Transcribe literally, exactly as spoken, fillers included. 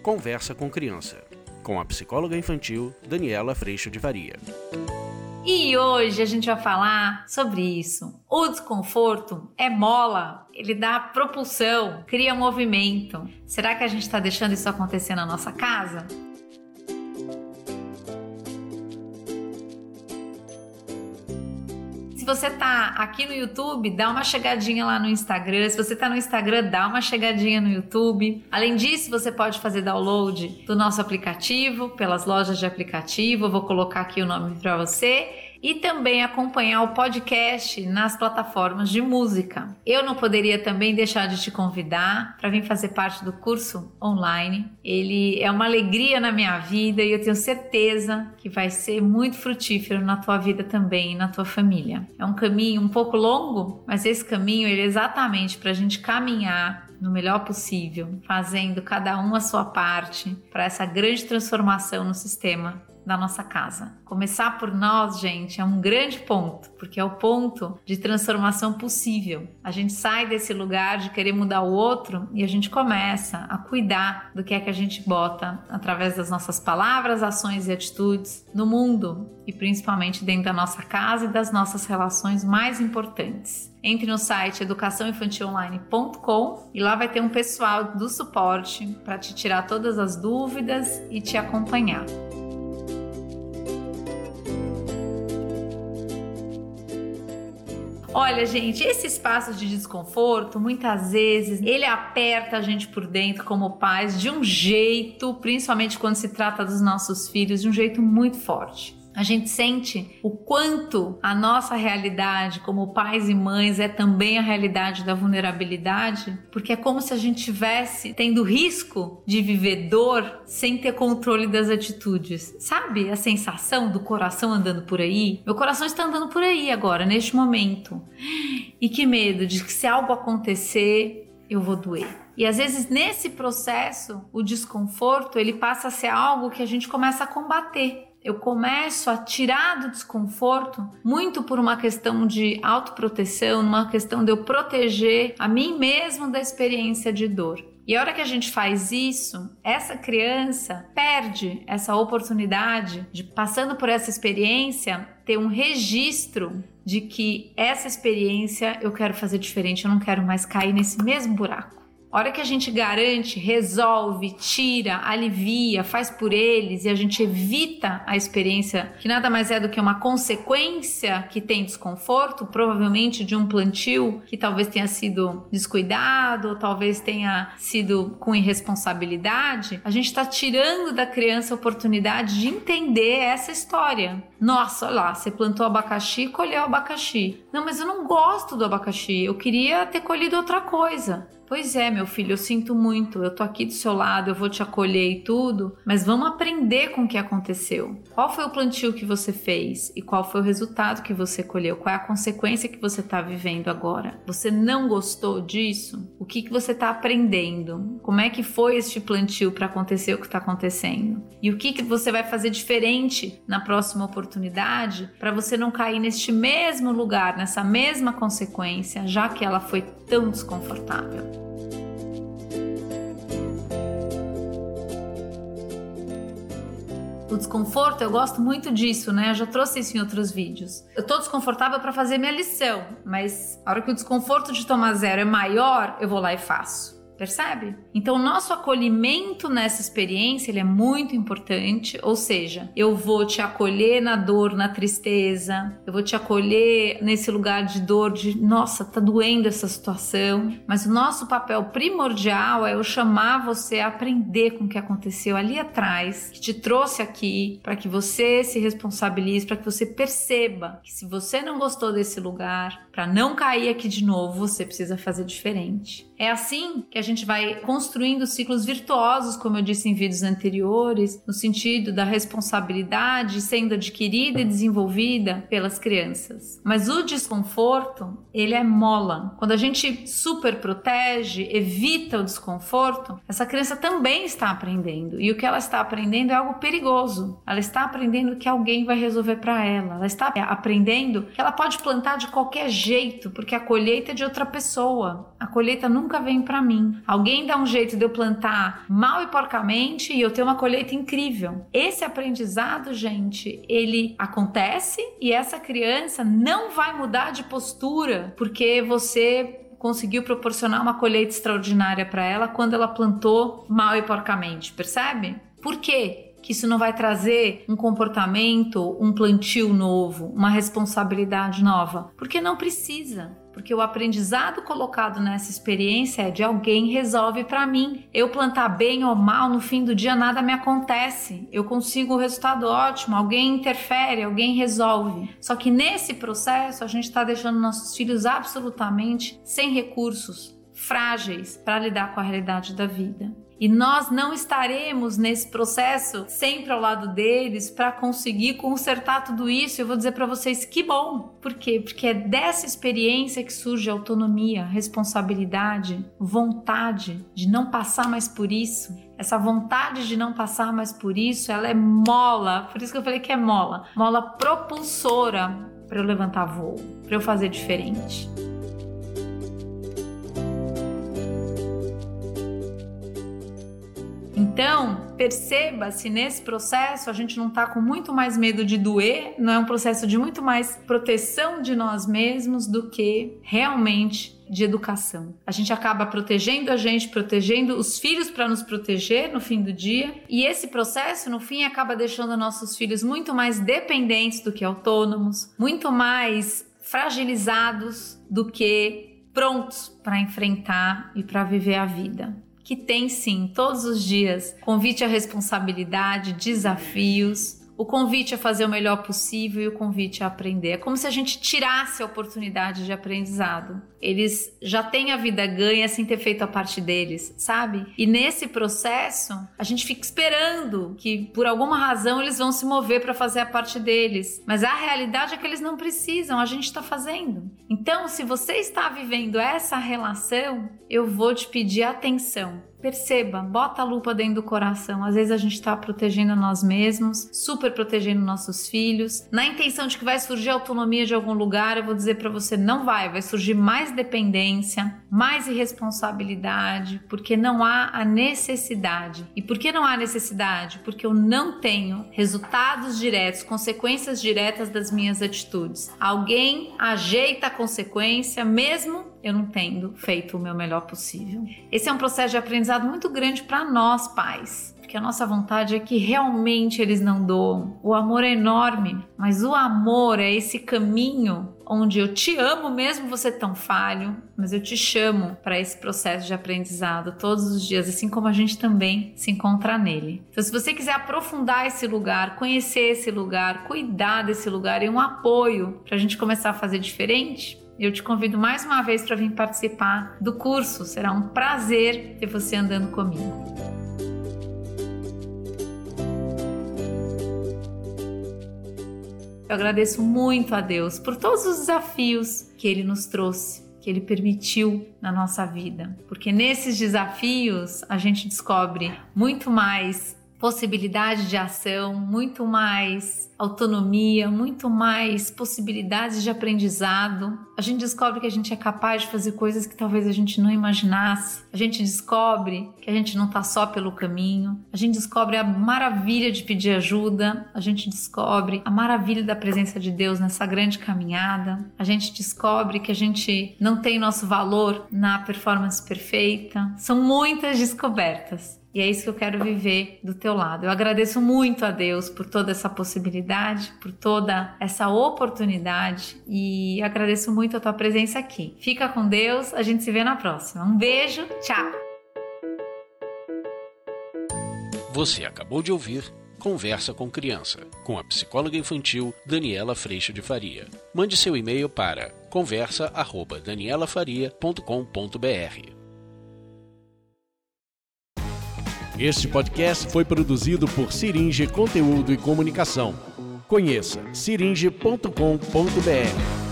Conversa com Criança, com a psicóloga infantil Daniela Freixo de Varia. E hoje a gente vai falar sobre isso. O desconforto é mola, ele dá propulsão, cria movimento. Será que a gente está deixando isso acontecer na nossa casa? Se você tá aqui no YouTube, dá uma chegadinha lá no Instagram. Se você tá no Instagram, dá uma chegadinha no YouTube. Além disso, você pode fazer download do nosso aplicativo pelas lojas de aplicativo. Eu vou colocar aqui o nome para você. E também acompanhar o podcast nas plataformas de música. Eu não poderia também deixar de te convidar para vir fazer parte do curso online. Ele é uma alegria na minha vida e eu tenho certeza que vai ser muito frutífero na tua vida também e na tua família. É um caminho um pouco longo, mas esse caminho ele é exatamente para a gente caminhar no melhor possível, fazendo cada um a sua parte para essa grande transformação no sistema da nossa casa. Começar por nós, gente, é um grande ponto, porque é o ponto de transformação possível. A gente sai desse lugar de querer mudar o outro e a gente começa a cuidar do que é que a gente bota através das nossas palavras, ações e atitudes no mundo e principalmente dentro da nossa casa e das nossas relações mais importantes. Entre no site educação infantil online ponto com e lá vai ter um pessoal do suporte para te tirar todas as dúvidas e te acompanhar. Olha, gente, esse espaço de desconforto, muitas vezes, ele aperta a gente por dentro como pais de um jeito, principalmente quando se trata dos nossos filhos, de um jeito muito forte. A gente sente o quanto a nossa realidade como pais e mães é também a realidade da vulnerabilidade, porque é como se a gente estivesse tendo risco de viver dor sem ter controle das atitudes. Sabe a sensação do coração andando por aí? Meu coração está andando por aí agora, neste momento. E que medo de que se algo acontecer, eu vou doer. E às vezes nesse processo, o desconforto ele passa a ser algo que a gente começa a combater. Eu começo a tirar do desconforto muito por uma questão de autoproteção, uma questão de eu proteger a mim mesmo da experiência de dor. E a hora que a gente faz isso, essa criança perde essa oportunidade de, passando por essa experiência, ter um registro de que essa experiência eu quero fazer diferente, eu não quero mais cair nesse mesmo buraco. A hora que a gente garante, resolve, tira, alivia, faz por eles e a gente evita a experiência que nada mais é do que uma consequência que tem desconforto, provavelmente de um plantio que talvez tenha sido descuidado ou talvez tenha sido com irresponsabilidade, a gente está tirando da criança a oportunidade de entender essa história. Nossa, olha lá, você plantou abacaxi e colheu abacaxi. Não, mas eu não gosto do abacaxi, eu queria ter colhido outra coisa. Pois é, meu filho, eu sinto muito, eu tô aqui do seu lado, eu vou te acolher e tudo, mas vamos aprender com o que aconteceu. Qual foi o plantio que você fez e qual foi o resultado que você colheu? Qual é a consequência que você tá vivendo agora? Você não gostou disso? O que que você tá aprendendo? Como é que foi este plantio para acontecer o que tá acontecendo? E o que que você vai fazer diferente na próxima oportunidade para você não cair neste mesmo lugar, nessa mesma consequência, já que ela foi tão desconfortável? O desconforto, eu gosto muito disso, né? Eu já trouxe isso em outros vídeos. Eu tô desconfortável para fazer minha lição, mas a hora que o desconforto de tomar zero é maior, eu vou lá e faço. Percebe? Então o nosso acolhimento nessa experiência ele é muito importante, ou seja, eu vou te acolher na dor, na tristeza, eu vou te acolher nesse lugar de dor, de nossa, tá doendo essa situação, mas o nosso papel primordial é eu chamar você a aprender com o que aconteceu ali atrás, que te trouxe aqui, para que você se responsabilize, para que você perceba que se você não gostou desse lugar, para não cair aqui de novo, você precisa fazer diferente. É assim que a gente vai construindo ciclos virtuosos, como eu disse em vídeos anteriores, no sentido da responsabilidade sendo adquirida e desenvolvida pelas crianças. Mas o desconforto, ele é mola. Quando a gente super protege, evita o desconforto, essa criança também está aprendendo. E o que ela está aprendendo é algo perigoso. Ela está aprendendo que alguém vai resolver para ela. Ela está aprendendo que ela pode plantar de qualquer jeito, porque a colheita é de outra pessoa. A colheita nunca nunca vem para mim. Alguém dá um jeito de eu plantar mal e porcamente e eu ter uma colheita incrível. Esse aprendizado, gente, ele acontece e essa criança não vai mudar de postura porque você conseguiu proporcionar uma colheita extraordinária para ela quando ela plantou mal e porcamente, percebe? Por quê? Que isso não vai trazer um comportamento, um plantio novo, uma responsabilidade nova? Porque não precisa. Porque o aprendizado colocado nessa experiência é de alguém resolve para mim. Eu plantar bem ou mal, no fim do dia nada me acontece. Eu consigo o resultado ótimo, alguém interfere, alguém resolve. Só que nesse processo a gente está deixando nossos filhos absolutamente sem recursos, frágeis para lidar com a realidade da vida. E nós não estaremos nesse processo sempre ao lado deles para conseguir consertar tudo isso. Eu vou dizer para vocês que bom. Por quê? Porque é dessa experiência que surge autonomia, responsabilidade, vontade de não passar mais por isso. Essa vontade de não passar mais por isso, ela é mola. Por isso que eu falei que é mola. Mola propulsora para eu levantar voo, para eu fazer diferente. Então, perceba se nesse processo a gente não está com muito mais medo de doer, não é um processo de muito mais proteção de nós mesmos do que realmente de educação. A gente acaba protegendo a gente, protegendo os filhos para nos proteger no fim do dia, e esse processo, no fim, acaba deixando nossos filhos muito mais dependentes do que autônomos, muito mais fragilizados do que prontos para enfrentar e para viver a vida. Que tem sim, todos os dias, convite à responsabilidade, desafios, o convite a fazer o melhor possível e o convite a aprender. É como se a gente tirasse a oportunidade de aprendizado. Eles já têm a vida ganha sem ter feito a parte deles, sabe? E nesse processo, a gente fica esperando que, por alguma razão, eles vão se mover para fazer a parte deles. Mas a realidade é que eles não precisam, a gente está fazendo. Então, se você está vivendo essa relação, eu vou te pedir atenção. Perceba, bota a lupa dentro do coração. Às vezes a gente está protegendo nós mesmos, super protegendo nossos filhos, na intenção de que vai surgir autonomia de algum lugar. Eu vou dizer para você, não vai, vai surgir mais dependência, mais irresponsabilidade, porque não há a necessidade. E por que não há necessidade? Porque eu não tenho resultados diretos, consequências diretas das minhas atitudes. Alguém ajeita a consequência, mesmo eu não tendo feito o meu melhor possível. Esse é um processo de aprendizado muito grande para nós, pais. Porque a nossa vontade é que realmente eles não doam. O amor é enorme, mas o amor é esse caminho onde eu te amo mesmo você tão falho, mas eu te chamo para esse processo de aprendizado todos os dias, assim como a gente também se encontra nele. Então, se você quiser aprofundar esse lugar, conhecer esse lugar, cuidar desse lugar e um apoio para a gente começar a fazer diferente, eu te convido mais uma vez para vir participar do curso. Será um prazer ter você andando comigo. Eu agradeço muito a Deus por todos os desafios que Ele nos trouxe, que Ele permitiu na nossa vida. Porque nesses desafios a gente descobre muito mais possibilidade de ação, muito mais autonomia, muito mais possibilidades de aprendizado. A gente descobre que a gente é capaz de fazer coisas que talvez a gente não imaginasse. A gente descobre que a gente não está só pelo caminho. A gente descobre a maravilha de pedir ajuda. A gente descobre a maravilha da presença de Deus nessa grande caminhada. A gente descobre que a gente não tem nosso valor na performance perfeita. São muitas descobertas. E é isso que eu quero viver do teu lado. Eu agradeço muito a Deus por toda essa possibilidade, por toda essa oportunidade e agradeço muito a tua presença aqui. Fica com Deus, a gente se vê na próxima. Um beijo, tchau! Você acabou de ouvir Conversa com Criança, com a psicóloga infantil Daniela Freixo de Faria. Mande seu e-mail para conversa arroba daniela faria ponto com ponto b r. Este podcast foi produzido por Siringe Conteúdo e Comunicação. Conheça siringe ponto com ponto b r.